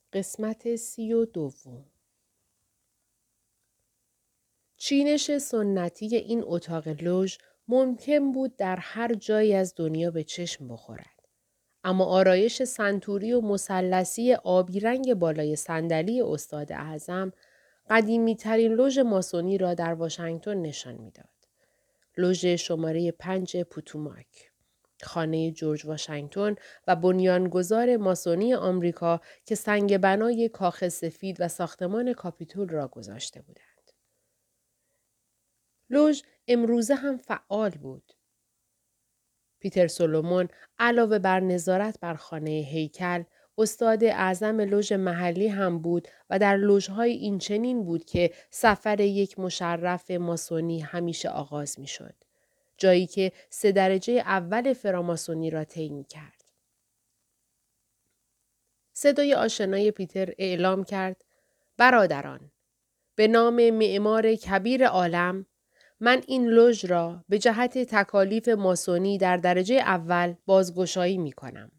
قسمت 32. چینش سنتی این اتاق لوژ ممکن بود در هر جایی از دنیا به چشم بخورد. اما آرایش سنتوری و مثلثی آبی رنگ بالای صندلی استاد اعظم قدیمی ترین لوژ ماسونی را در واشنگتن نشان میداد. لوژ شماره 5 پوتوماک. خانه جورج واشنگتن و بنیانگذار ماسونی آمریکا که سنگ بنای کاخ سفید و ساختمان کاپیتول را گذاشته بودند. لوژ امروزه هم فعال بود. پیتر سولومون علاوه بر نظارت بر خانه هیکل، استاد اعظم لوژ محلی هم بود و در لوژهای اینچنین بود که سفر یک مشرف ماسونی همیشه آغاز می شد. جایی که 3 درجه اول فراماسونی را طی می کرد. صدای آشنای پیتر اعلام کرد: برادران، به نام معمار کبیر عالم، من این لوژ را به جهت تکالیف ماسونی در درجه اول بازگشایی می کنم.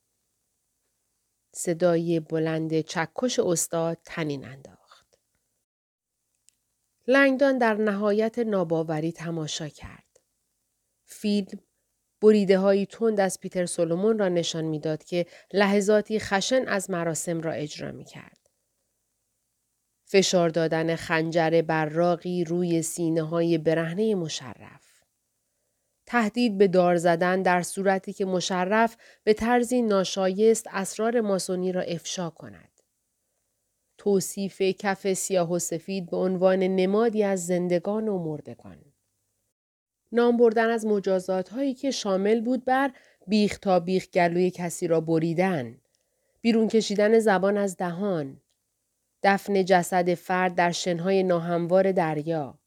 صدای بلند چکش استاد طنین انداخت. لنگدان در نهایت ناباوری تماشا کرد. فیلم بریده هایی تند از پیتر سولومون را نشان میداد که لحظاتی خشن از مراسم را اجرا می کرد. فشار دادن خنجر براقی روی سینه های برهنه مشرف. تهدید به دار زدن در صورتی که مشرف به طرزی ناشایست اسرار ماسونی را افشا کند. توصیف کف سیاه و سفید به عنوان نمادی از زندگان و مردگان. نام بردن از مجازات هایی که شامل بود بر بیخ تا بیخ گلوی کسی را بریدن، بیرون کشیدن زبان از دهان، دفن جسد فرد در شنهای ناهموار دریا.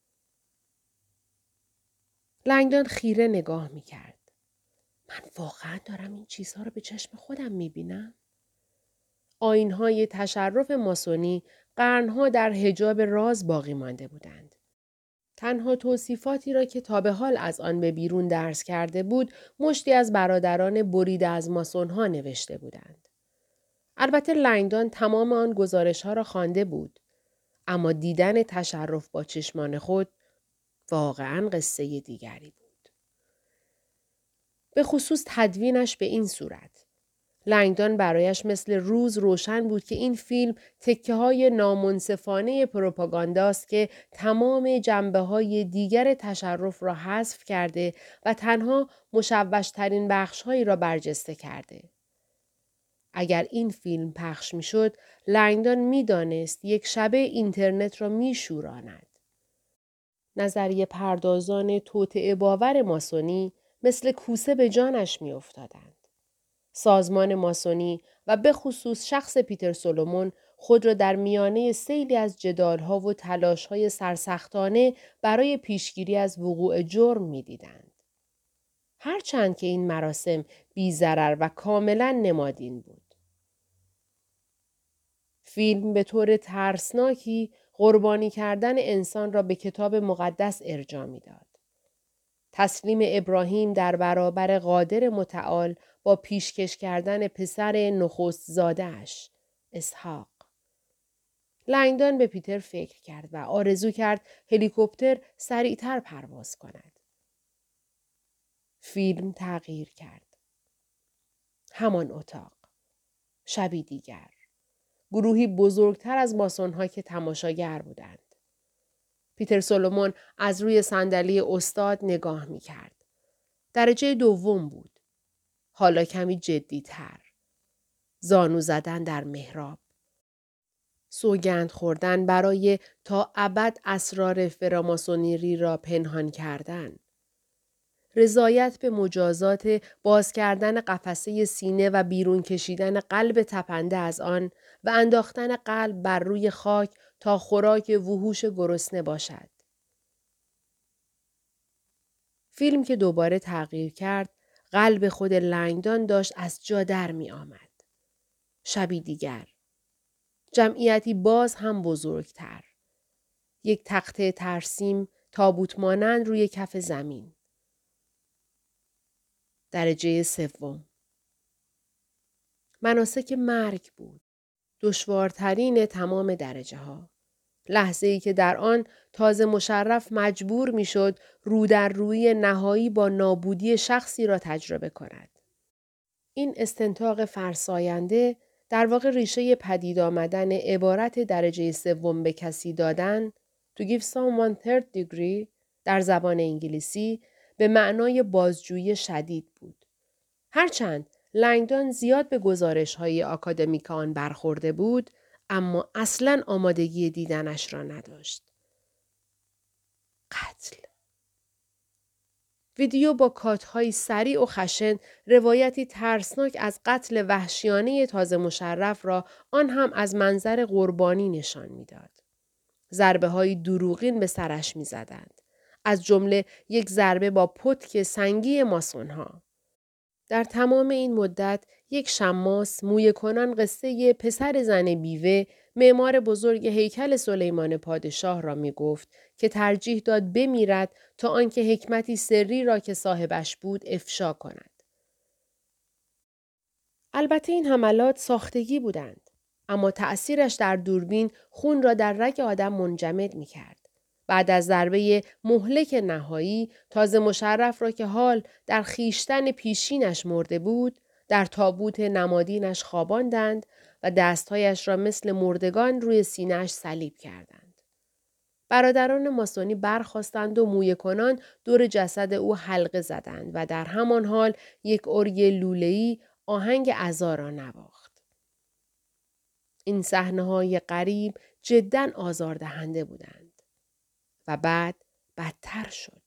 لنگدان خیره نگاه می کرد. من واقعا دارم این چیزها را به چشم خودم می بینم؟ آیین‌های تشرف ماسونی قرنها در حجاب راز باقی مانده بودند. تنها توصیفاتی را که تا به حال از آن به بیرون درس کرده بود، مشتی از برادران بریده از ماسون‌ها نوشته بودند. البته لنگدان تمام آن گزارش‌ها را خوانده بود، اما دیدن تشرف با چشمان خود واقعاً قصه دیگری بود. به خصوص تدوینش به این صورت. لنگدان برایش مثل روز روشن بود که این فیلم تکه‌های نامنصفانه پروپاگانداست که تمام جنبه‌های دیگر تشرف را حذف کرده و تنها مشوش‌ترین بخش‌هایی را برجسته کرده. اگر این فیلم پخش می‌شد، لنگدان می‌دانست یک شبه اینترنت را می‌شوراند. نظریه پردازان توطئه باور ماسونی مثل کوسه به جانش می‌افتادند. سازمان ماسونی و به خصوص شخص پیتر سولومون خود را در میانه سیلی از جدالها و تلاشهای سرسختانه برای پیشگیری از وقوع جرم می‌دیدند. هرچند که این مراسم بی‌ضرر و کاملا نمادین بود. فیلم به طور ترسناکی قربانی کردن انسان را به کتاب مقدس ارجاع می‌داد. تسلیم ابراهیم در برابر قادر متعال با پیشکش کردن پسر نخست زاده‌اش، اسحاق. لنگدان به پیتر فکر کرد و آرزو کرد هلیکوپتر سریعتر پرواز کند. فیلم تغییر کرد. همان اتاق. شبی دیگر. گروهی بزرگتر از ماسون‌ها که تماشاگر بودند. پیتر سولومون از روی صندلی استاد نگاه می کرد. درجه دوم بود. حالا کمی جدی‌تر. زانو زدن در محراب. سوگند خوردن برای تا ابد اسرار فراماسونری را پنهان کردن. رضایت به مجازات باز کردن قفسه سینه و بیرون کشیدن قلب تپنده از آن و انداختن قلب بر روی خاک تا خوراک وحوش گرسنه باشد. فیلم که دوباره تغییر کرد، قلب خود لنگدان داشت از جا در می آمد. شبی دیگر. جمعیتی باز هم بزرگتر. یک تخته ترسیم تابوت مانند روی کف زمین. درجه سوم. مناسک مرگ بود. دشوارترین تمام درجه ها. لحظه ای که در آن تازه مشرف مجبور می شد رو در روی نهایی با نابودی شخصی را تجربه کند. این استنتاق فرساینده در واقع ریشه پدید آمدن عبارت درجه سوم به کسی دادن to give someone third degree در زبان انگلیسی به معنای بازجویی شدید بود. هرچند لنگدون زیاد به گزارش‌های آکادمیک آن برخورده بود، اما اصلاً آمادگی دیدنش را نداشت. قتل. ویدیو با کات‌های سریع و خشن روایتی ترسناک از قتل وحشیانه تازه مشرف را آن هم از منظر قربانی نشان می‌داد. ضربه‌های دروغین به سرش می‌زدند. از جمله یک ضربه با پتک سنگی ماسون‌ها. در تمام این مدت یک شماس مویه کنان قصه پسر زن بیوه معمار بزرگ هیکل سلیمان پادشاه را می گفت که ترجیح داد بمیرد تا آنکه حکمتی سری را که صاحبش بود افشا کند. البته این حملات ساختگی بودند، اما تأثیرش در دوربین خون را در رگ آدم منجمد می کرد. بعد از ضربه مهلک نهایی تازه مشرف را که حال در خیشتن پیشینش مرده بود در تابوت نمادینش خواباندند و دستهایش را مثل مردگان روی سینه‌اش صلیب کردند. برادران ماسونی برخاستند و مویه کنان دور جسد او حلقه زدند و در همان حال یک ارگ لوله‌ای آهنگ عزا را نواخت. این صحنه‌های غریب جداً آزاردهنده بودند. و بعد بدتر شد.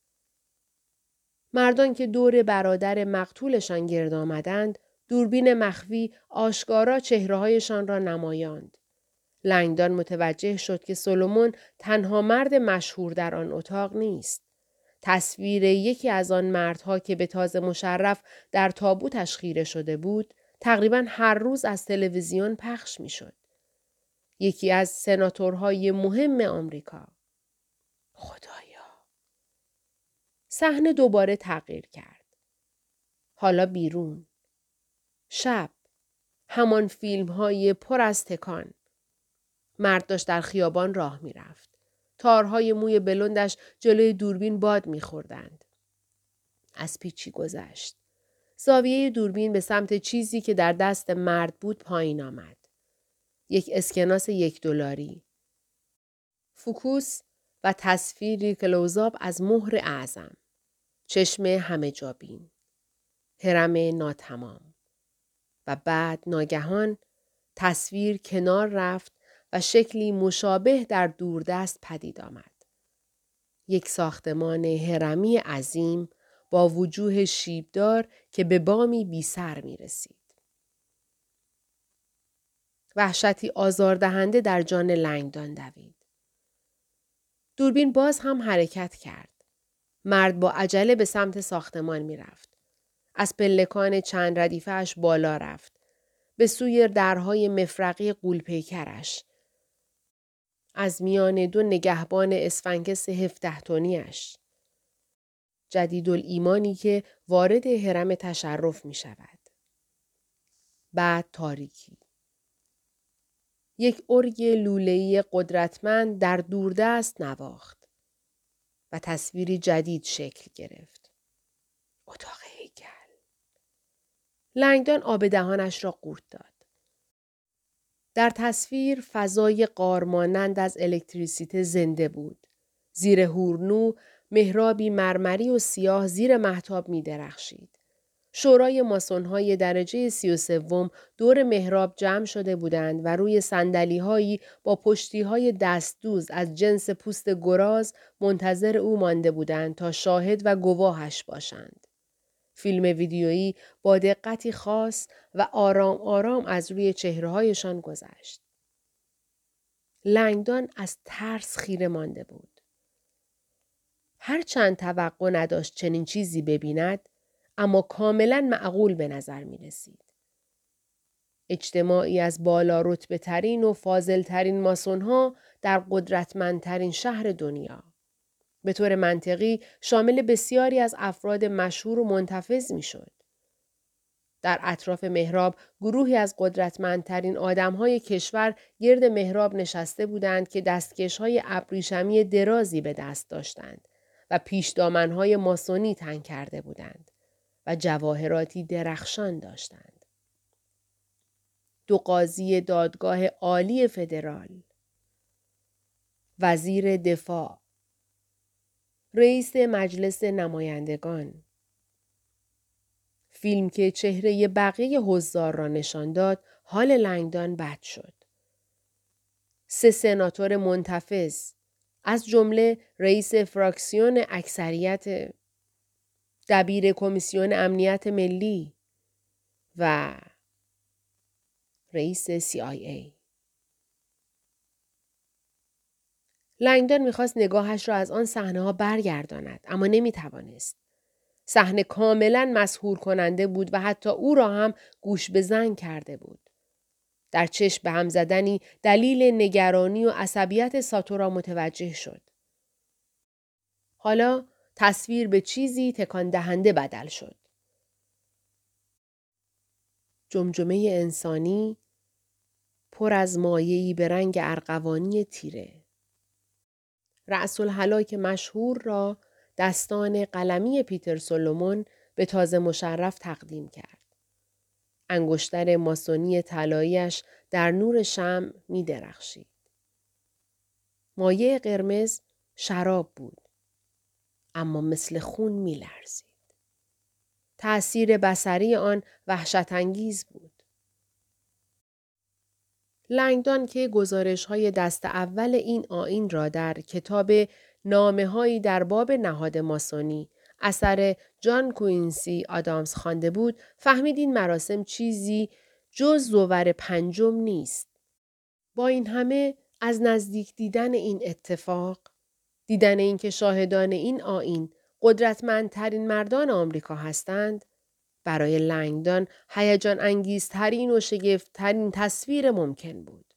مردان که دور برادر مقتولشان گرد آمدند، دوربین مخفی آشکارا چهره‌هایشان را نمایاند. لنگدون متوجه شد که سولومون تنها مرد مشهور در آن اتاق نیست. تصویر یکی از آن مردها که به تازه مشرف در تابوتش خیره شده بود، تقریباً هر روز از تلویزیون پخش می‌شد. یکی از سناتورهای مهم آمریکا. خدایا. صحنه دوباره تغییر کرد. حالا بیرون. شب. همان فیلم‌های پر از تکان. مرد داشت در خیابان راه می‌رفت. تارهای موی بلندش جلوی دوربین باد می‌خوردند. از پیچی گذشت. زاویه دوربین به سمت چیزی که در دست مرد بود پایین آمد. یک اسکناس $1. فوکوس و تصویری کلوزآپ از مهر اعظم. چشم همه جا بین. هرم ناتمام. و بعد ناگهان تصویر کنار رفت و شکلی مشابه در دوردست پدید آمد. یک ساختمان هرمی عظیم با وجوه شیبدار که به بامی بی سر می رسید. وحشتی آزاردهنده در جان لنگدون دوید. دوربین باز هم حرکت کرد. مرد با عجله به سمت ساختمان می رفت. از پلکان چند ردیفه‌اش بالا رفت. به سوی درهای مفرقی غول‌پیکرش. از میان دو نگهبان اسفنکس 17 تنی‌اش. جدیدالایمانی که وارد هرم تشرف می شود. بعد تاریکی. یک ارگ لوله‌ای قدرتمند در دوردست نواخت و تصویری جدید شکل گرفت. اتاق هیکل. لنگدون آب دهانش را قورت داد. در تصویر فضای غارمانند از الکتریسیته زنده بود. زیر هورنو محرابی مرمری و سیاه زیر مهتاب می درخشید. شورای ماسون‌های درجه 33 دور محراب جمع شده بودند و روی صندلی‌هایی با پشتی‌های دستدوز از جنس پوست گراز منتظر او مانده بودند تا شاهد و گواهش باشند. فیلم ویدیویی با دقتی خاص و آرام آرام از روی چهره‌هایشان گذشت. لنگدون از ترس خیره مانده بود. هرچند توقع نداشت چنین چیزی ببیند، اما کاملا معقول به نظر می رسید. اجتماعی از بالا رتبه ترین و فاضل ترین ماسون‌ها در قدرتمندترین شهر دنیا. به طور منطقی شامل بسیاری از افراد مشهور و منتفض می شد. در اطراف محراب گروهی از قدرتمندترین آدمهای کشور گرد محراب نشسته بودند که دستکشهای ابریشمی درازی به دست داشتند و پیش دامنهای ماسونی تن کرده بودند و جواهراتی درخشان داشتند. 2 قاضی دادگاه عالی فدرال، وزیر دفاع، رئیس مجلس نمایندگان. فیلم که چهره بقیه حضار را نشان داد، حال لنگدان بد شد. 3 سناتور منتفض، از جمله رئیس فراکسیون اکثریت، دبیر کمیسیون امنیت ملی و رئیس CIA. لنگدان می‌خواست نگاهش را از آن صحنه‌ها برگرداند، اما نمی‌توانست. صحنه کاملاً مسحور کننده بود و حتی او را هم گوش به زنگ کرده بود. در چشم به هم زدنی دلیل نگرانی و عصبیت ساتو را متوجه شد. حالا تصویر به چیزی تکان دهنده بدل شد. جمجمه انسانی پر از مایعی به رنگ ارغوانی تیره. رأس الهلاک مشهور را دستان قلمی پیتر سولومون به تازه مشرف تقدیم کرد. انگشتر ماسونی طلایی‌اش در نور شمع می درخشید. مایع قرمز شراب بود، اما مثل خون می لرزید. تأثیر بصری آن وحشت‌انگیز بود. لنگدان که گزارش‌های دست اول این آیین را در کتاب نامه‌هایی در باب نهاد ماسونی اثر جان کوینسی آدامز خوانده بود، فهمید این مراسم چیزی جز زور پنجم نیست. با این همه از نزدیک دیدن این اتفاق، دیدن اینکه شاهدان این آیین قدرتمندترین مردان آمریکا هستند، برای لنگدان هیجان انگیزترین و شگفت‌ترین تصویر ممکن بود.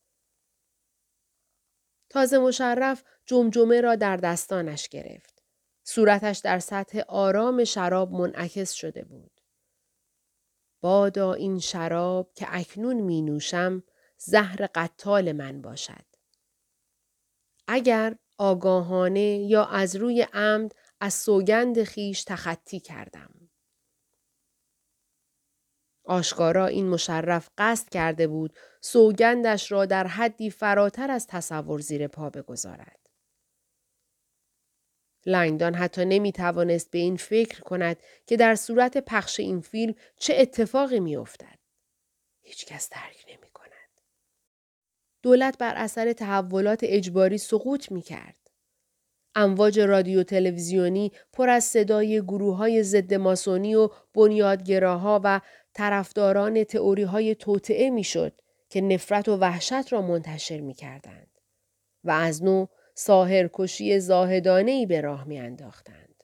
تازه مشرف جمجمه را در دستانش گرفت. صورتش در سطح آرام شراب منعکس شده بود. بادا این شراب که اکنون می نوشم زهر قتال من باشد. اگر آگاهانه یا از روی عمد از سوگند خیش تخطی کردم. آشکارا این مشرف قصد کرده بود سوگندش را در حدی فراتر از تصور زیر پا بگذارد. لنگدان حتی نمی توانست به این فکر کند که در صورت پخش این فیلم چه اتفاقی می افتد. هیچ کس درک نمی کند. دولت بر اثر تحولات اجباری سقوط می کرد. امواج رادیو تلویزیونی پر از صدای گروه‌های ضد ماسونی و بنیادگراها و طرفداران تئوری‌های توطئه میشد که نفرت و وحشت را منتشر می‌کردند و از نو ساحرکشی زاهدانه‌ای به راه می‌انداختند.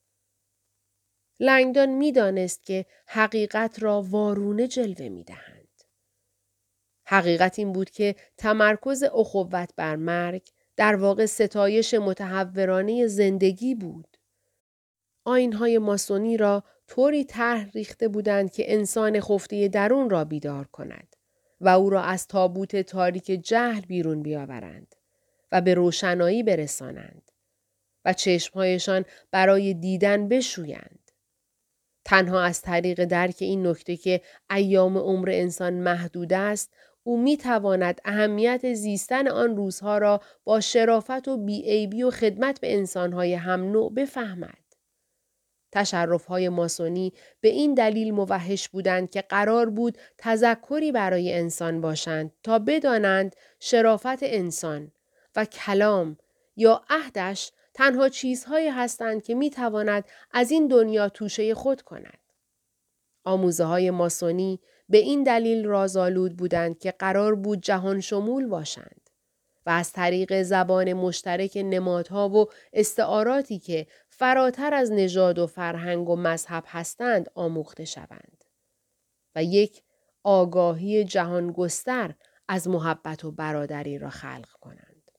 لنگدان می‌دانست که حقیقت را وارونه جلوه می‌دهند. حقیقت این بود که تمرکز اخوت بر مرگ در واقع ستایش متحورانه زندگی بود. آیین‌های ماسونی را طوری طرح ریخته بودند که انسان خفته درون را بیدار کند و او را از تابوت تاریک جهل بیرون بیاورند و به روشنایی برسانند و چشمهایشان برای دیدن بشویند. تنها از طریق درک این نکته که ایام عمر انسان محدود است، او می‌تواند اهمیت زیستن آن روزها را با شرافت و بی‌عیبی و خدمت به انسان‌های هم نوع بفهمد. تشرف‌های ماسونی به این دلیل موحش بودند که قرار بود تذکری برای انسان باشند تا بدانند شرافت انسان و کلام یا عهدش تنها چیزهایی هستند که می‌تواند از این دنیا توشه خود کند. آموزه‌های ماسونی به این دلیل رازآلود بودند که قرار بود جهان شمول باشند و از طریق زبان مشترک نمادها و استعاراتی که فراتر از نژاد و فرهنگ و مذهب هستند آموخته شوند و یک آگاهی جهان گستر از محبت و برادری را خلق کنند.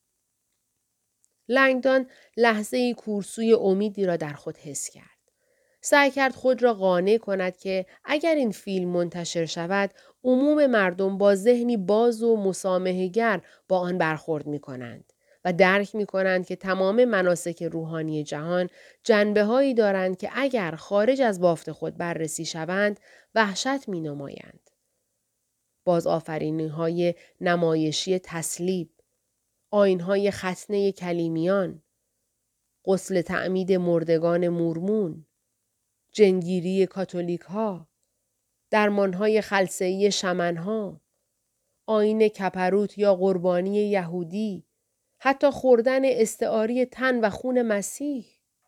لنگدان لحظه‌ای کورسوی امیدی را در خود حس کرد. سعی کرد خود را قانع کند که اگر این فیلم منتشر شود، عموم مردم با ذهنی باز و مسامحه‌گر با آن برخورد می کنند و درک می کنند که تمام مناسک روحانی جهان جنبه هایی دارند که اگر خارج از بافت خود بررسی شوند، وحشت می نمایند. بازآفرینی های نمایشی تسلیب، آیین های ختنه کلیمیان، غسل تعمید مردگان مورمون، جنگیری کاتولیک ها، درمان های خلسه‌ای شمن ها، آیین کپروت یا قربانی یهودی، حتی خوردن استعاری تن و خون مسیح.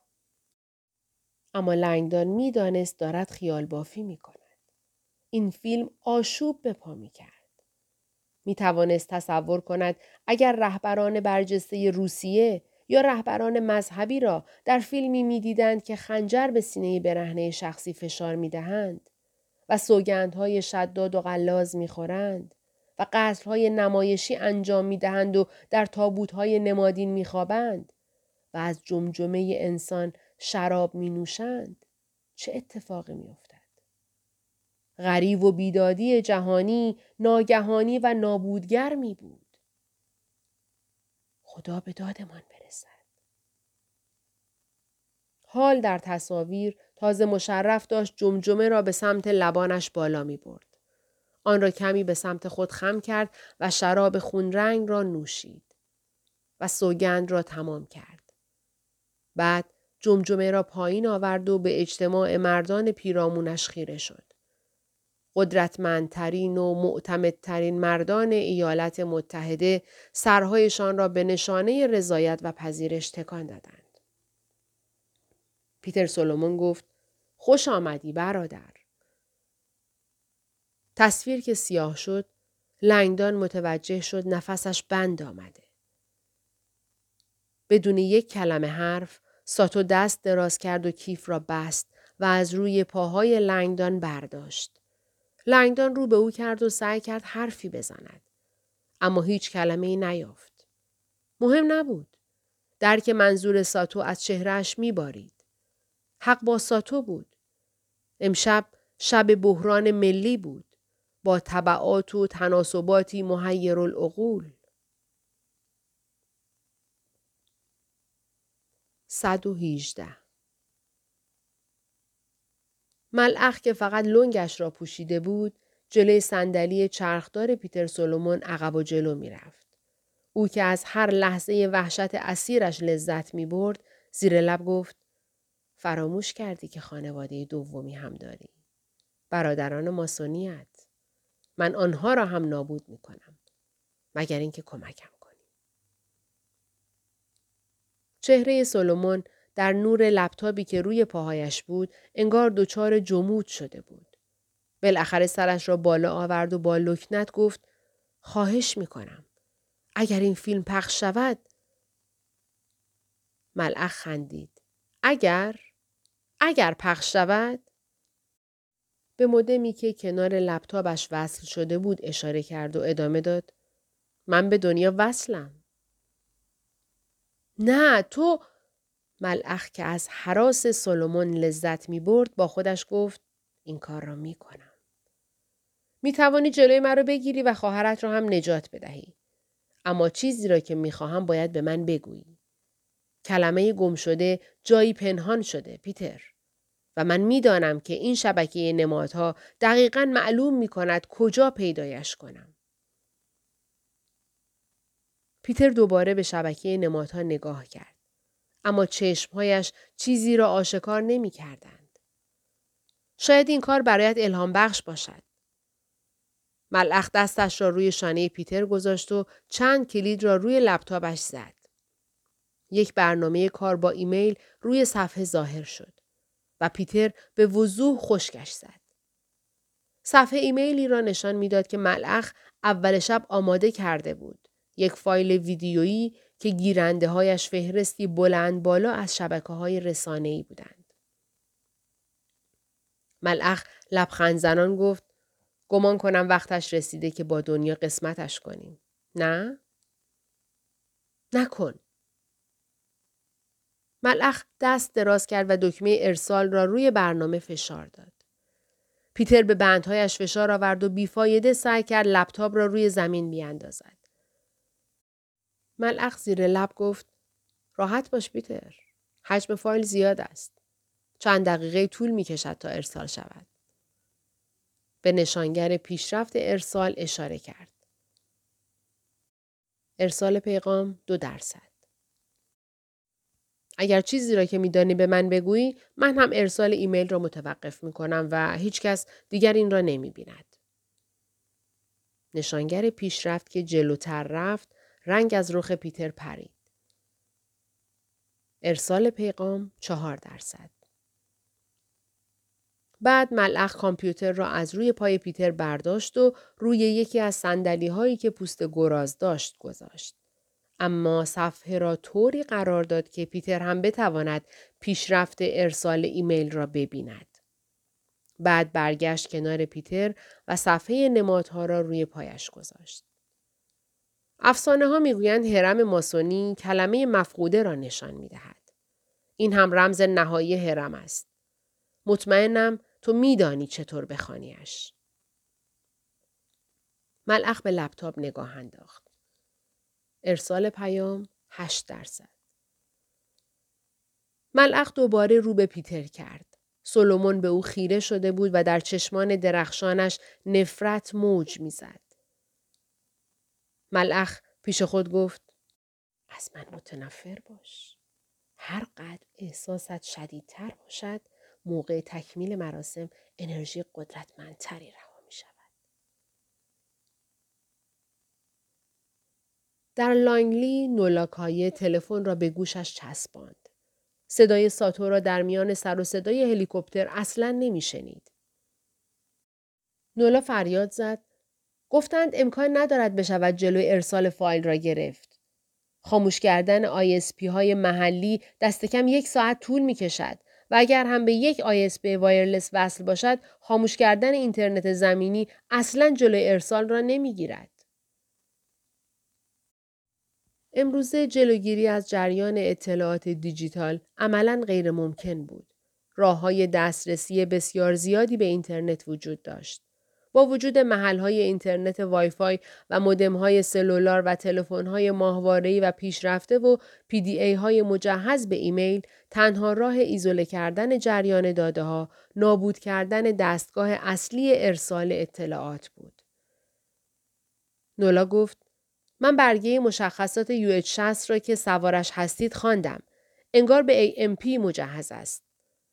اما لنگدان می دانست دارد خیال بافی می کند. این فیلم آشوب به پا می کرد. می توانست تصور کند اگر رهبران برجسته روسیه یا رهبران مذهبی را در فیلمی می دیدند که خنجر به سینه برهنه شخصی فشار می دهند و سوگندهای شداد و غلاظ می خورند و قتل‌های نمایشی انجام می دهند و در تابوت‌های نمادین می خوابند و از جمجمه انسان شراب می نوشند. چه اتفاقی می افتد؟ غریو و بیدادی جهانی ناگهانی و نابودگر می بود. خدا به دادمان برسد. حال در تصاویر تازه مشرف داشت جمجمه را به سمت لبانش بالا می برد. آن را کمی به سمت خود خم کرد و شراب خونرنگ را نوشید و سوگند را تمام کرد. بعد جمجمه را پایین آورد و به اجتماع مردان پیرامونش خیره شد. قدرتمندترین و معتمدترین مردان ایالات متحده سرهایشان را به نشانه رضایت و پذیرش تکان دادند. پیتر سولومون گفت: خوش آمدی برادر. تصویر که سیاه شد، لنگدان متوجه شد نفسش بند آمده. بدون یک کلمه حرف، ساتو دست دراز کرد و کیف را بست و از روی پاهای لنگدان برداشت. لنگدان رو به او کرد و سعی کرد حرفی بزند. اما هیچ کلمه‌ای نیافت. مهم نبود. درک منظور ساتو از چهرهش می‌بارید. حق با ساتو بود. امشب شب بحران ملی بود. با تبعات و تناسباتی محیرالعقول. 118 ملخ که فقط لنگش را پوشیده بود، جلوی صندلی چرخدار پیتر سولومون عقب و جلو می رفت. او که از هر لحظه وحشت اسیرش لذت می برد، زیر لب گفت: فراموش کردی که خانواده دومی هم داری. برادران ماسونیت. من آنها را هم نابود می کنم. مگر اینکه کمکم کنی. چهره سولومون در نور لپتاپی که روی پاهایش بود انگار دچار جمود شده بود. بالاخره سرش را بالا آورد و با لکنت گفت: خواهش می کنم. اگر این فیلم پخش شود. ملخ خندید. اگر پخش شود؟ به مودمی که کنار لپتاپش وصل شده بود اشاره کرد و ادامه داد: من به دنیا وصلم. نه تو. ملخ که از هراس سولومون لذت می برد با خودش گفت: این کار را می کنم. می توانی جلوی من را بگیری و خواهرت را هم نجات بدهی. اما چیزی را که می خواهم باید به من بگویی. کلمه گم شده جایی پنهان شده پیتر. و من می دانم که این شبکه نمادها دقیقاً معلوم می کند کجا پیدایش کنم. پیتر دوباره به شبکه نمادها نگاه کرد. اما چشمهایش چیزی را آشکار نمی کردند. شاید این کار برایت الهام بخش باشد. ملخ دستش را روی شانه پیتر گذاشت و چند کلید را روی لپتاپش زد. یک برنامه کار با ایمیل روی صفحه ظاهر شد و پیتر به وضوح خشکش زد. صفحه ایمیلی را نشان میداد که ملخ اول شب آماده کرده بود. یک فایل ویدیویی که گیرنده هایش فهرستی بلند بالا از شبکه‌های رسانه‌ای بودند. ملخ لبخند زنان گفت: گمان کنم وقتش رسیده که با دنیا قسمتش کنیم. نه؟ نکن. ملخ دست دراز کرد و دکمه ارسال را روی برنامه فشار داد. پیتر به بندهایش فشار آورد و بیفایده سعی کرد لپتاپ را روی زمین بیاندازد. ملخ زیر لب گفت راحت باش پیتر. حجم فایل زیاد است. چند دقیقه طول می کشد تا ارسال شود. به نشانگر پیشرفت ارسال اشاره کرد. ارسال پیغام 2%. اگر چیزی را که می‌دانی به من بگویی، من هم ارسال ایمیل را متوقف می‌کنم و هیچ کس دیگر این را نمی‌بیند. نشانگر پیشرفت که جلوتر رفت، رنگ از رخ پیتر پرید. ارسال پیغام 4%. بعد ملخ کامپیوتر را از روی پای پیتر برداشت و روی یکی از صندلی‌هایی که پوست گراز داشت گذاشت. اما صفحه را طوری قرار داد که پیتر هم بتواند پیشرفت ارسال ایمیل را ببیند. بعد برگشت کنار پیتر و صفحه نمادها را روی پایش گذاشت. افسانه ها میگویند هرم ماسونی کلمه مفقوده را نشان میدهد. این هم رمز نهایی هرم است. مطمئنم تو میدانی چطور بخوانیش. ملخ به لپتاپ نگاه انداخت. ارسال پیام 8%. ملخ دوباره رو به پیتر کرد. سولومون به او خیره شده بود و در چشمان درخشانش نفرت موج میزد. ملخ پیش خود گفت از من متنفر باش. هر قدر احساست شدیدتر باشد موقع تکمیل مراسم انرژی قدرتمندتری رها می شود. در لانگلی نولاکایه تلفن را به گوشش چسباند. صدای ساتو را در میان سر و صدای هلیکوپتر اصلاً نمی شنید. نولا فریاد زد. گفتند امکان ندارد بشود جلوی ارسال فایل را گرفت. خاموش کردن ISP های محلی دست کم 1 ساعت طول می کشد و اگر هم به یک ISP وایرلس وصل باشد خاموش کردن اینترنت زمینی اصلاً جلوی ارسال را نمی گیرد. امروزه جلوگیری از جریان اطلاعات دیجیتال عملاً غیر ممکن بود. راه‌های دسترسی بسیار زیادی به اینترنت وجود داشت. با وجود محل‌های اینترنت وایفای و مودم‌های سلولار و تلفن‌های ماهواره‌ای و پیشرفته و PDA-های مجهز به ایمیل، تنها راه ایزوله کردن جریان داده‌ها، نابود کردن دستگاه اصلی ارسال اطلاعات بود. نولا گفت من برگه مشخصات UH60 را که سوارش هستید خواندم. انگار به AMP مجهز است.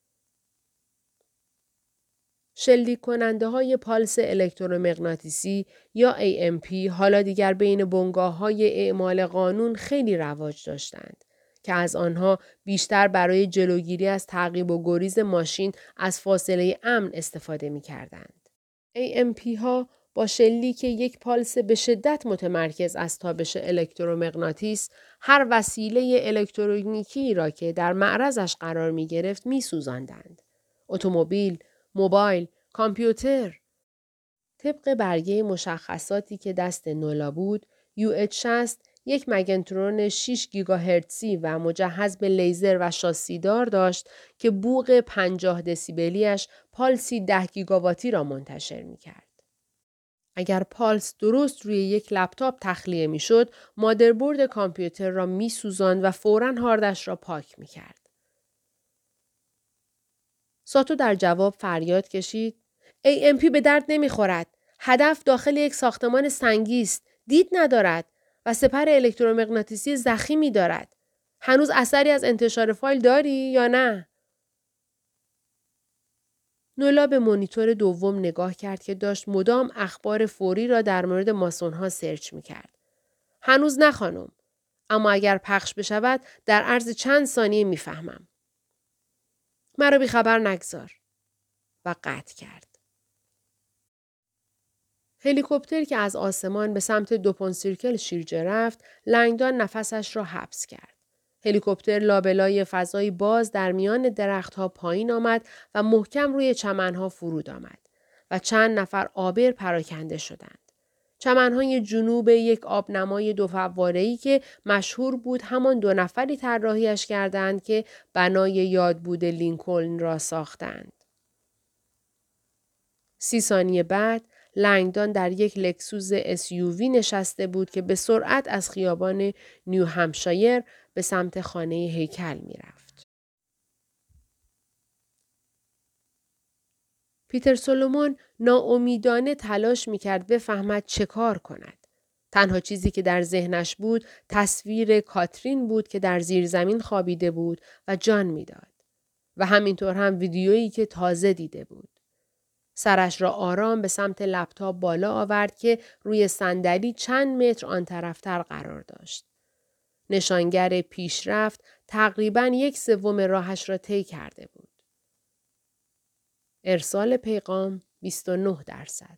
شلیک کننده های پالس الکترومغناطیسی یا AMP حالا دیگر بین بنگاه‌های اعمال قانون خیلی رواج داشتند که از آنها بیشتر برای جلوگیری از تعقیب و گریز ماشین از فاصله امن استفاده می‌کردند. AMP ها با شلیک یک پالس به شدت متمرکز از تابش الکترومغناطیس هر وسیله الکترونیکی را که در معرضش قرار می گرفت می سوزاندند. اتومبیل، موبایل، کامپیوتر. طبق برگه مشخصاتی که دست نولا بود، UH60 یک مگنترون 6 گیگاهرتزی و مجهز به لیزر و شاسیدار داشت که بوق 50 دسیبلیش پالسی 10 گیگاواتی را منتشر می کرد. اگر پالس درست روی یک لپتاپ تخلیه می شد، مادربرد کامپیوتر را می سوزاند و فوراً هاردش را پاک می کرد. ساتو در جواب فریاد کشید. AMP به درد نمی خورد. هدف داخل یک ساختمان سنگی است. دید ندارد و سپر الکترومغناطیسی ضخیمی دارد. هنوز اثری از انتشار فایل داری یا نه؟ نولا به مانیتور دوم نگاه کرد که داشت مدام اخبار فوری را در مورد ماسون‌ها سرچ می‌کرد. هنوز نه خانم. اما اگر پخش بشود در عرض چند ثانیه می‌فهمم. مرا بی خبر نگذار. و قطع کرد. هلیکوپتر که از آسمان به سمت دوپون سیرکل شیرجه رفت، لنگدان نفسش را حبس کرد. هلیکوپتر لابلای فضای باز در میان درختها پایین آمد و محکم روی چمنها فرود آمد و چند نفر عابر پراکنده شدند. چمنهای جنوب یک آبنمای دو فواره‌ای که مشهور بود همان 2 نفری طراحیش کردند که بنای یادبود لینکلن را ساختند. 30 ثانیه بعد لنگدان در یک لکسوس SUV نشسته بود که به سرعت از خیابان نیو همشایر به سمت خانه هیکل می رفت. پیتر سولومون ناامیدانه تلاش می کرد بفهمد چه کار کند. تنها چیزی که در ذهنش بود تصویر کاترین بود که در زیرزمین خوابیده بود و جان میداد. و همینطور هم ویدیویی که تازه دیده بود. سرش را آرام به سمت لپتاپ بالا آورد که روی صندلی چند متر آن طرفتر قرار داشت. نشانگر پیشرفت تقریباً 1/3 راهش را طی کرده بود. ارسال پیغام 29%.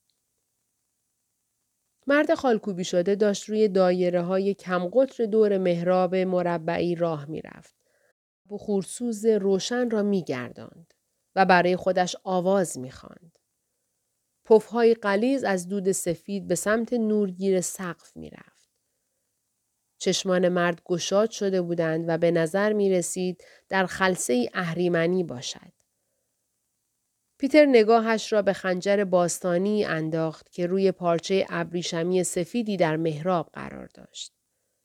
مرد خالکوبی شده داشت روی دایره‌های کم قطر دور محراب مربعی راه می‌رفت. بخورسوز روشن را می‌گرداند و برای خودش آواز می‌خواند. پف‌های غلیظ از دود سفید به سمت نورگیر سقف می‌رفت. چشمان مرد گشاد شده بودند و به نظر می‌رسید در خلسه‌ای اهریمنی باشد. پیتر نگاهش را به خنجر باستانی انداخت که روی پارچه ابریشمی سفیدی در محراب قرار داشت.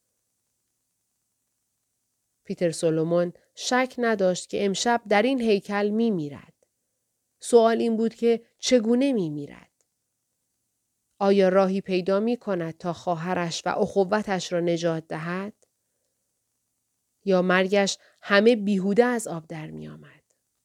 پیتر سولومون شک نداشت که امشب در این هیکل می‌میرد. سوال این بود که چگونه می‌میرد؟ آیا راهی پیدا می‌کند تا خواهرش و اخوتش را نجات دهد؟ یا مرگش همه بیهوده از آب در می‌آمد؟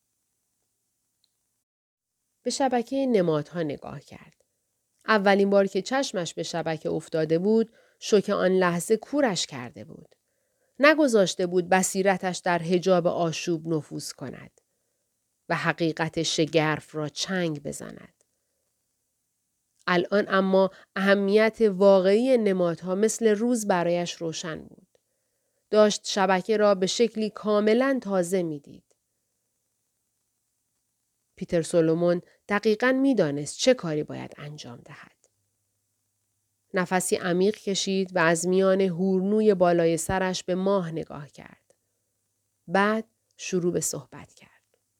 به شبکه نمادها نگاه کرد. اولین بار که چشمش به شبکه افتاده بود، شوک آن لحظه کورش کرده بود. نگذاشته بود بصیرتش در حجاب آشوب نفوذ کند و حقیقت شگرف را چنگ بزند. الان اما اهمیت واقعی نمادها مثل روز برایش روشن بود. داشت شبکه را به شکلی کاملاً تازه می‌دید. پیتر سولومون دقیقاً می‌دانست چه کاری باید انجام دهد. نفسی عمیق کشید و از میان هورنوی بالای سرش به ماه نگاه کرد. بعد شروع به صحبت کرد.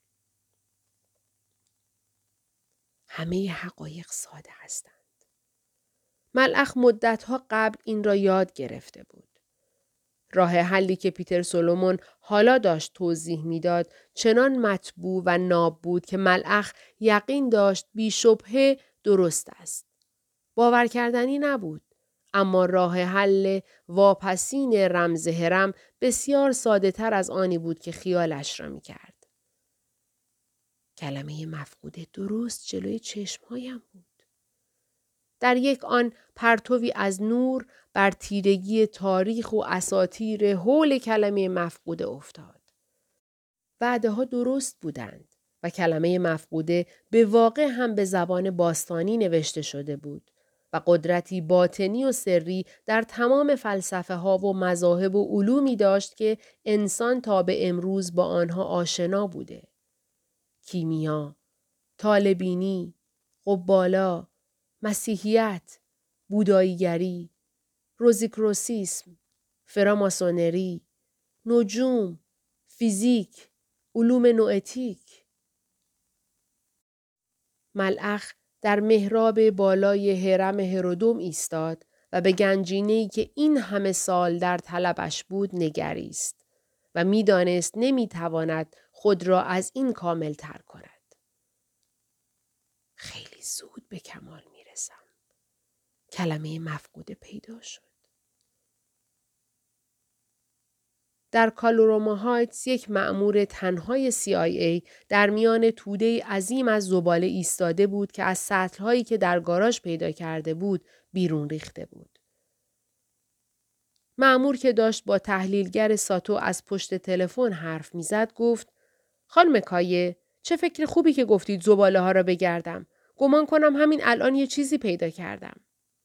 همه حقایق ساده هستند. ملخ مدتها قبل این را یاد گرفته بود. راه حلی که پیتر سولومون حالا داشت توضیح میداد چنان مطبوع و ناب بود که ملخ یقین داشت بی شبهه درست است. باور کردنی نبود. اما راه حل واپسین رمز هرم بسیار ساده تر از آنی بود که خیالش را می کرد. کلمه مفقوده درست جلوی چشمهایم بود. در یک آن پرتوی از نور بر تیرگی تاریخ و اساطیر حول کلمه مفقوده افتاد. بعدها درست بودند و کلمه مفقوده به واقع هم به زبان باستانی نوشته شده بود و قدرتی باطنی و سری در تمام فلسفه ها و مذاهب و علومی داشت که انسان تا به امروز با آنها آشنا بوده. کیمیا، طالع‌بینی، قبالا، مسیحیت، بوداییگری، روزیکروسیسم، فراماسونری، نجوم، فیزیک، علوم نوئتیک. ملخ در محراب بالای هرم هرودوم ایستاد و به گنجینه‌ای که این همه سال در طلبش بود نگریست و می‌دانست نمی‌تواند خود را از این کامل تر کند. خیلی زود به کمال میرسم. کلمه مفقوده پیدا شد. در کالوروما هایتس یک مأمور تنهای CIA در میان توده عظیم از زباله ایستاده بود که از سطل‌هایی که در گاراژ پیدا کرده بود بیرون ریخته بود. مأمور که داشت با تحلیلگر ساتو از پشت تلفن حرف میزد گفت: خانم کایه، چه فکر خوبی که گفتید زباله ها را بگردم. گمان کنم همین الان یه چیزی پیدا کردم.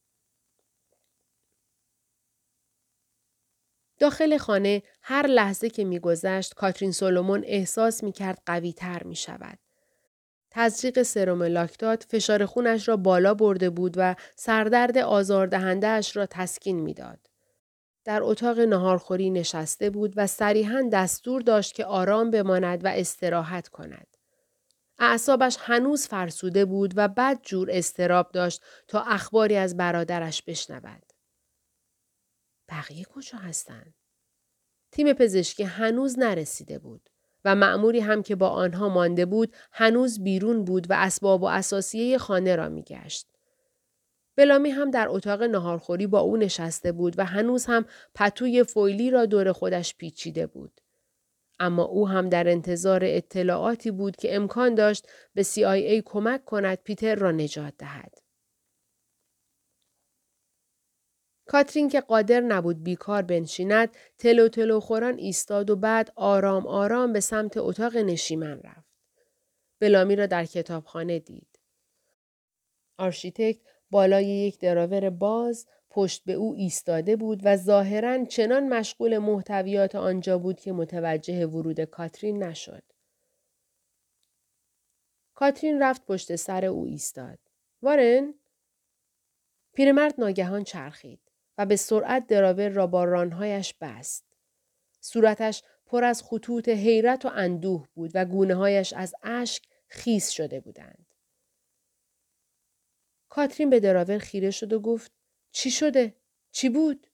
داخل خانه هر لحظه که می‌گذشت کاترین سولومون احساس می‌کرد قوی‌تر می‌شود. تزریق سرم لاکتات فشار خونش را بالا برده بود و سردرد آزاردهنده‌اش را تسکین می‌داد. در اتاق ناهارخوری نشسته بود و صریحاً دستور داشت که آرام بماند و استراحت کند. اعصابش هنوز فرسوده بود و بد جور اضطراب داشت تا اخباری از برادرش بشنود. بقیه کجا هستند؟ تیم پزشکی هنوز نرسیده بود و مأموری هم که با آنها مانده بود هنوز بیرون بود و اسباب و اساسیه خانه را می‌گشت. بلامی هم در اتاق ناهارخوری با او نشسته بود و هنوز هم پتوی فویلی را دور خودش پیچیده بود. اما او هم در انتظار اطلاعاتی بود که امکان داشت به CIA کمک کند پیتر را نجات دهد. کاترین که قادر نبود بیکار بنشیند، تلو تلو خوران ایستاد و بعد آرام آرام به سمت اتاق نشیمن رفت. بلامی را در کتابخانه دید. آرشیتکت بالای یک دراور باز پشت به او ایستاده بود و ظاهراً چنان مشغول محتویات آنجا بود که متوجه ورود کاترین نشد. کاترین رفت پشت سر او ایستاد. وارن؟ پیرمرد ناگهان چرخید و به سرعت دراور را با رانهایش بست. صورتش پر از خطوط حیرت و اندوه بود و گونه‌هایش از اشک خیس شده بودند. کاترین به دراور خیره شد و گفت چی شده؟ چی بود؟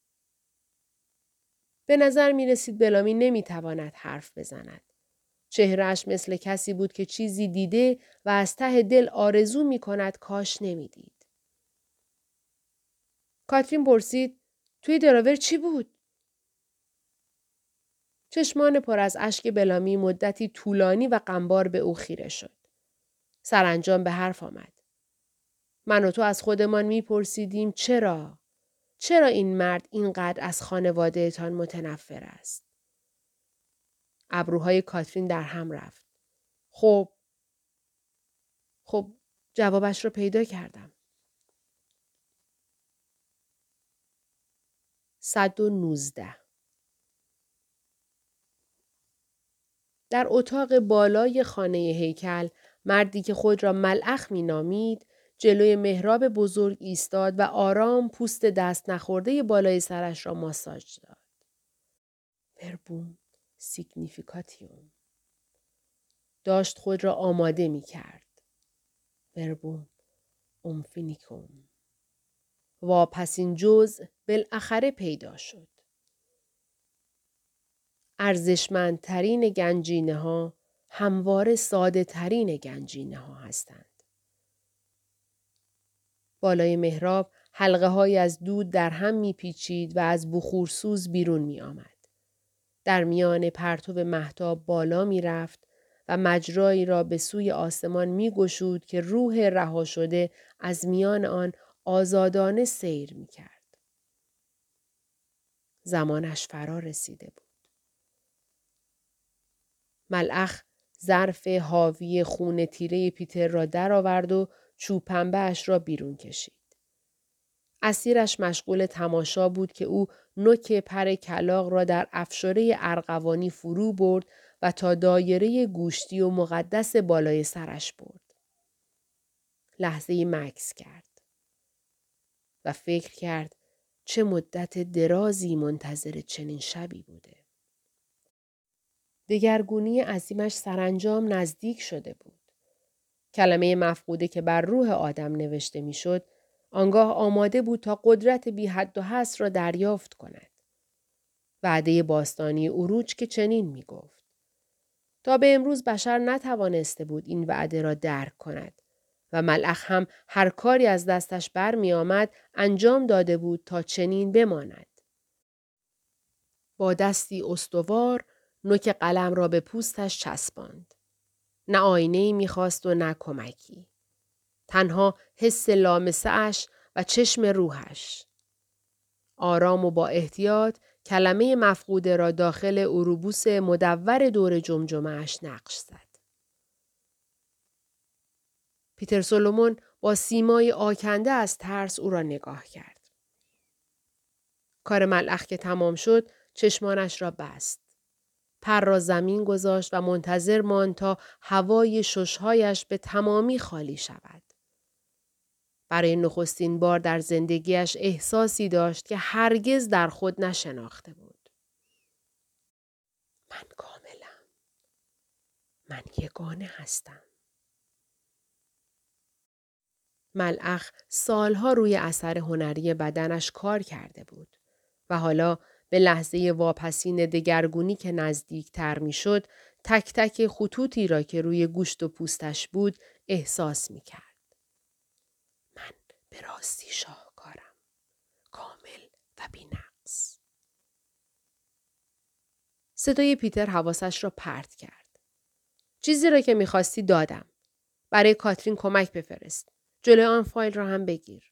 به نظر می رسید بلامی نمی تواند حرف بزند. چهرهش مثل کسی بود که چیزی دیده و از ته دل آرزو می کند کاش نمی دید. کاترین پرسید توی دراور چی بود؟ چشمان پر از اشک بلامی مدتی طولانی و غمبار به او خیره شد. سرانجام به حرف آمد. من و تو از خودمان می پرسیدیم چرا؟ چرا این مرد اینقدر از خانوادهتان متنفر است؟ ابروهای کاترین در هم رفت. خب جوابش رو پیدا کردم. 119 در اتاق بالای خانه هیکل مردی که خود را ملأخ می نامید جلوی محراب بزرگ ایستاد و آرام پوست دست نخورده بالای سرش را ماساژ داد. وربوم سیگنیفیکاتیوم. داشت خود را آماده می کرد. وربوم اومفینیکوم. پس این جزء بالاخره پیدا شد. ارزشمندترین گنجینه ها همواره ساده ترین گنجینه ها هستند. بالای محراب حلقه های از دود در هم می پیچید و از بخورسوز بیرون می آمد. در میان پرتو مهتاب بالا می رفت و مجرایی را به سوی آسمان می گشود که روح رها شده از میان آن آزادانه سیر می کرد. زمانش فرا رسیده بود. ملأخ ظرف حاوی خون تیره پیتر را درآورد و چوب پنبه اش را بیرون کشید. اسیرش مشغول تماشا بود که او نوک پر کلاغ را در افشاره ارغوانی فرو برد و تا دایره گوشتی و مقدس بالای سرش برد. لحظه‌ای مکث کرد و فکر کرد چه مدت درازی منتظر چنین شبی بوده. دگرگونی عظیمش سرانجام نزدیک شده بود. کلمه مفقوده که بر روح آدم نوشته میشد، آنگاه آماده بود تا قدرت بی حد و حصر را دریافت کند. وعده باستانی عروج که چنین می گفت. تا به امروز بشر نتوانسته بود این وعده را درک کند و ملأخ هم هر کاری از دستش بر می آمد انجام داده بود تا چنین بماند. با دستی استوار نوک قلم را به پوستش چسباند. نه آینه‌ای می‌خواست و نه کمکی. تنها حس لامسه‌اش و چشم روحش. آرام و با احتیاط کلمه مفقوده را داخل اروبوس مدور دور جمجمه‌اش نقش زد. پیتر سولومون با سیمای آکنده از ترس او را نگاه کرد. کار ملأخ که تمام شد چشمانش را بست. پر را زمین گذاشت و منتظر ماند تا هوای ششهایش به تمامی خالی شود. برای نخستین بار در زندگیش احساسی داشت که هرگز در خود نشناخته بود. من کاملم. من یگانه هستم. ملخ سالها روی اثر هنری بدنش کار کرده بود و حالا به لحظه واپسین دگرگونی که نزدیک تر می شد، تک تک خطوطی را که روی گوشت و پوستش بود احساس می کرد. من به راستی شاهکارم. کامل و بی‌نقص. صدای پیتر حواسش را پرت کرد. چیزی را که می خواستی دادم. برای کاترین کمک بفرست. جلوی آن فایل را هم بگیر.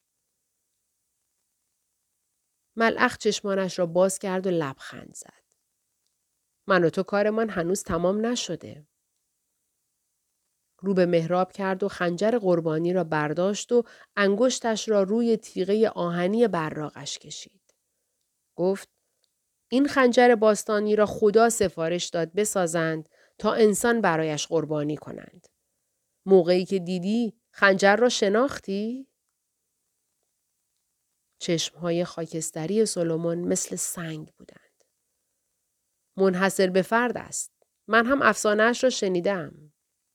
ملخ چشمانش را باز کرد و لبخند زد. من و تو کارمان هنوز تمام نشده. رو به محراب کرد و خنجر قربانی را برداشت و انگشتش را روی تیغه آهنی براقش کشید. گفت این خنجر باستانی را خدا سفارش داد بسازند تا انسان برایش قربانی کنند. موقعی که دیدی خنجر را شناختی؟ چشمهای خاکستری سولومون مثل سنگ بودند. منحصر به فرد است. من هم افسانه‌اش را شنیدم.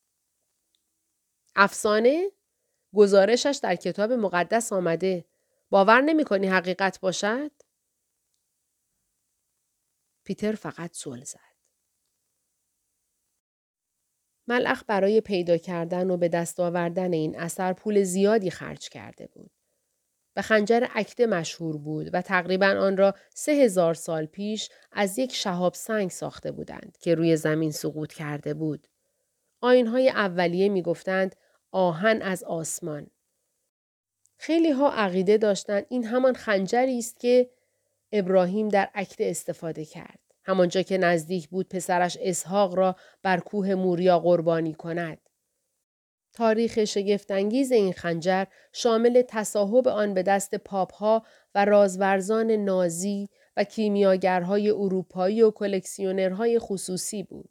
افسانه؟ گزارشش در کتاب مقدس آمده. باور نمی کنی حقیقت باشد؟ پیتر فقط زل زد. ملخ برای پیدا کردن و به دست آوردن این اثر پول زیادی خرج کرده بود. به خنجر اکته مشهور بود و تقریباً آن را 3000 سال پیش از یک شهاب سنگ ساخته بودند که روی زمین سقوط کرده بود. آیین‌های اولیه می گفتند آهن از آسمان. خیلی ها عقیده داشتند این همان خنجری است که ابراهیم در اکته استفاده کرد. همانجا که نزدیک بود پسرش اسحاق را بر کوه موریا قربانی کند. تاریخ شگفت‌انگیز این خنجر شامل تصاحب آن به دست پاپ‌ها و رازورزان نازی و کیمیاگرهای اروپایی و کلکسیونرهای خصوصی بود.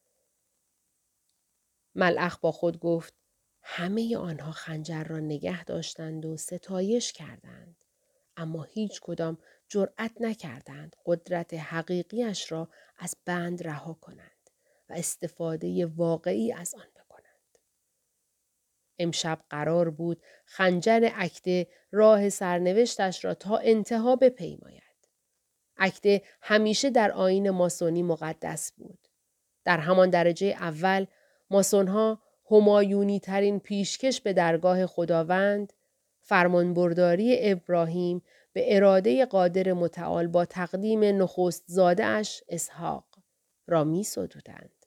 ملخ با خود گفت همه آنها خنجر را نگه داشتند و ستایش کردند. اما هیچ کدام جرأت نکردند قدرت حقیقیش را از بند رها کنند و استفاده واقعی از آن بکنند. امشب قرار بود خنجر اکته راه سرنوشتش را تا انتها بپیماید. اکته همیشه در آیین ماسونی مقدس بود. در همان درجه اول ماسونها همایونی ترین پیشکش به درگاه خداوند، فرمانبرداری ابراهیم به اراده قادر متعال با تقدیم نخست زاده اش اسحاق را می سدودند.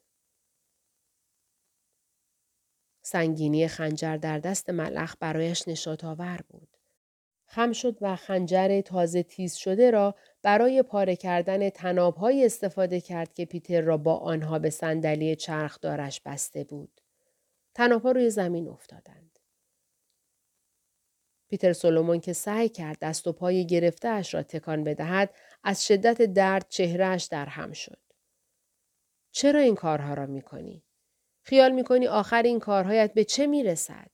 سنگینی خنجر در دست ملخ برایش نشاط‌آور بود. خم شد و خنجر تازه تیز شده را برای پاره کردن طناب‌های استفاده کرد که پیتر را با آنها به صندلی چرخدارش بسته بود. طناب‌ها روی زمین افتادند. پیتر سولومون که سعی کرد دست و پای گرفته اش را تکان بدهد، از شدت درد چهرهش در هم شد. چرا این کارها را می کنی؟ خیال می کنی آخر این کارهایت به چه می رسد؟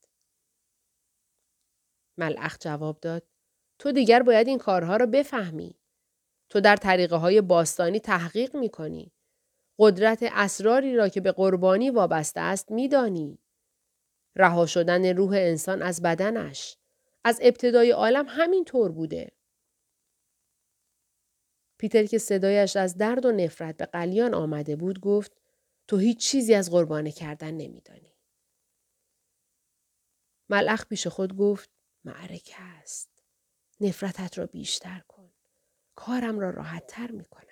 ملخ جواب داد تو دیگر باید این کارها را بفهمی. تو در طریقه های باستانی تحقیق می کنی. قدرت اسراری را که به قربانی وابسته است می دانی. رها شدن روح انسان از بدنش. از ابتدای عالم همین طور بوده. پیتر که صدایش از درد و نفرت به قلیان آمده بود گفت تو هیچ چیزی از قربانی کردن نمی دانی. ملخ پیش خود گفت معرکه است. نفرتت را بیشتر کن. کارم را راحت تر می کند.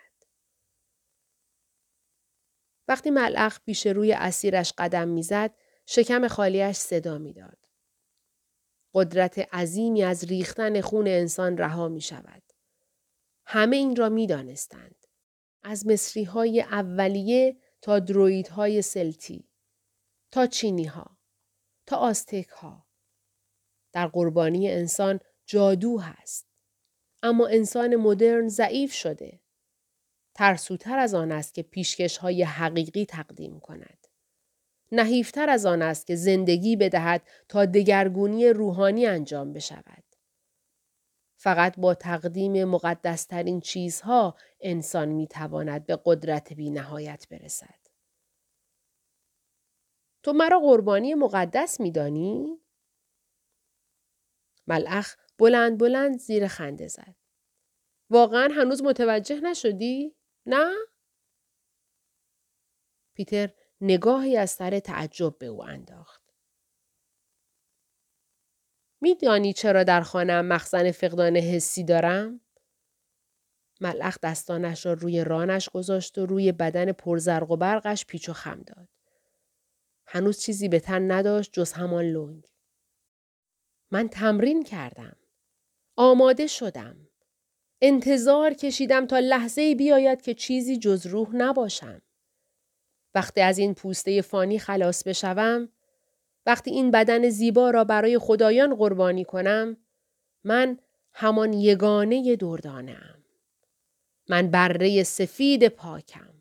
وقتی ملخ پیش روی اسیرش قدم می زد، شکم خالیش صدا می داد. قدرت عظیمی از ریختن خون انسان رها می شود. همه این را می دانستند. از مصری های اولیه تا دروید های سلتی، تا چینی ها، تا آزتک ها. در قربانی انسان جادو هست. اما انسان مدرن ضعیف شده. ترسوتر از آن است که پیشکش‌های حقیقی تقدیم کند. نحیفتر از آن است که زندگی بدهد تا دگرگونی روحانی انجام بشود. فقط با تقدیم مقدسترین چیزها انسان میتواند به قدرت بی نهایت برسد. تو مرا قربانی مقدس میدانی؟ ملخ بلند بلند زیر خنده زد. واقعا هنوز متوجه نشدی؟ نه؟ پیتر نگاهی از سر تعجب به او انداخت. میدانی چرا در خانه‌ام مخزن فقدان حسی دارم؟ ملخ دستانش را روی رانش گذاشت و روی بدن پرزرق و برقش پیچ و خم داد. هنوز چیزی به تن نداشت جز همان لنگ. من تمرین کردم. آماده شدم. انتظار کشیدم تا لحظه‌ای بیاید که چیزی جز روح نباشم. وقتی از این پوسته فانی خلاص بشوم، وقتی این بدن زیبا را برای خدایان قربانی کنم، من همان یگانه دردانه‌ام. من بره سفید پاکم.